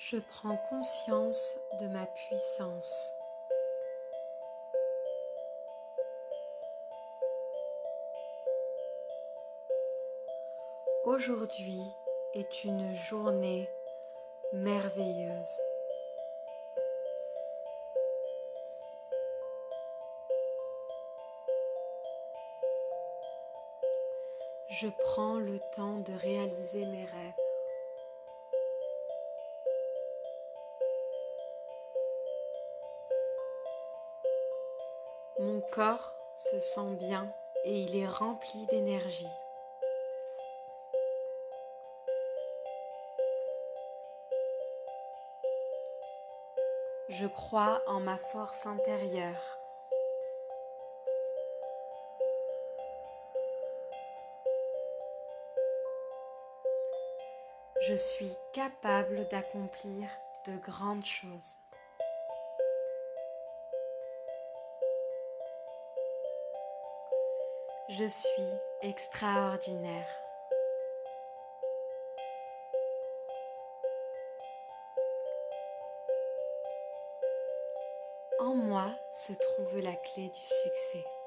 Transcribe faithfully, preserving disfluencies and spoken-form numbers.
Je prends conscience de ma puissance. Aujourd'hui est une journée merveilleuse. Je prends le temps de réaliser mes rêves. Mon corps se sent bien et il est rempli d'énergie. Je crois en ma force intérieure. Je suis capable d'accomplir de grandes choses. Je suis extraordinaire. En moi se trouve la clé du succès.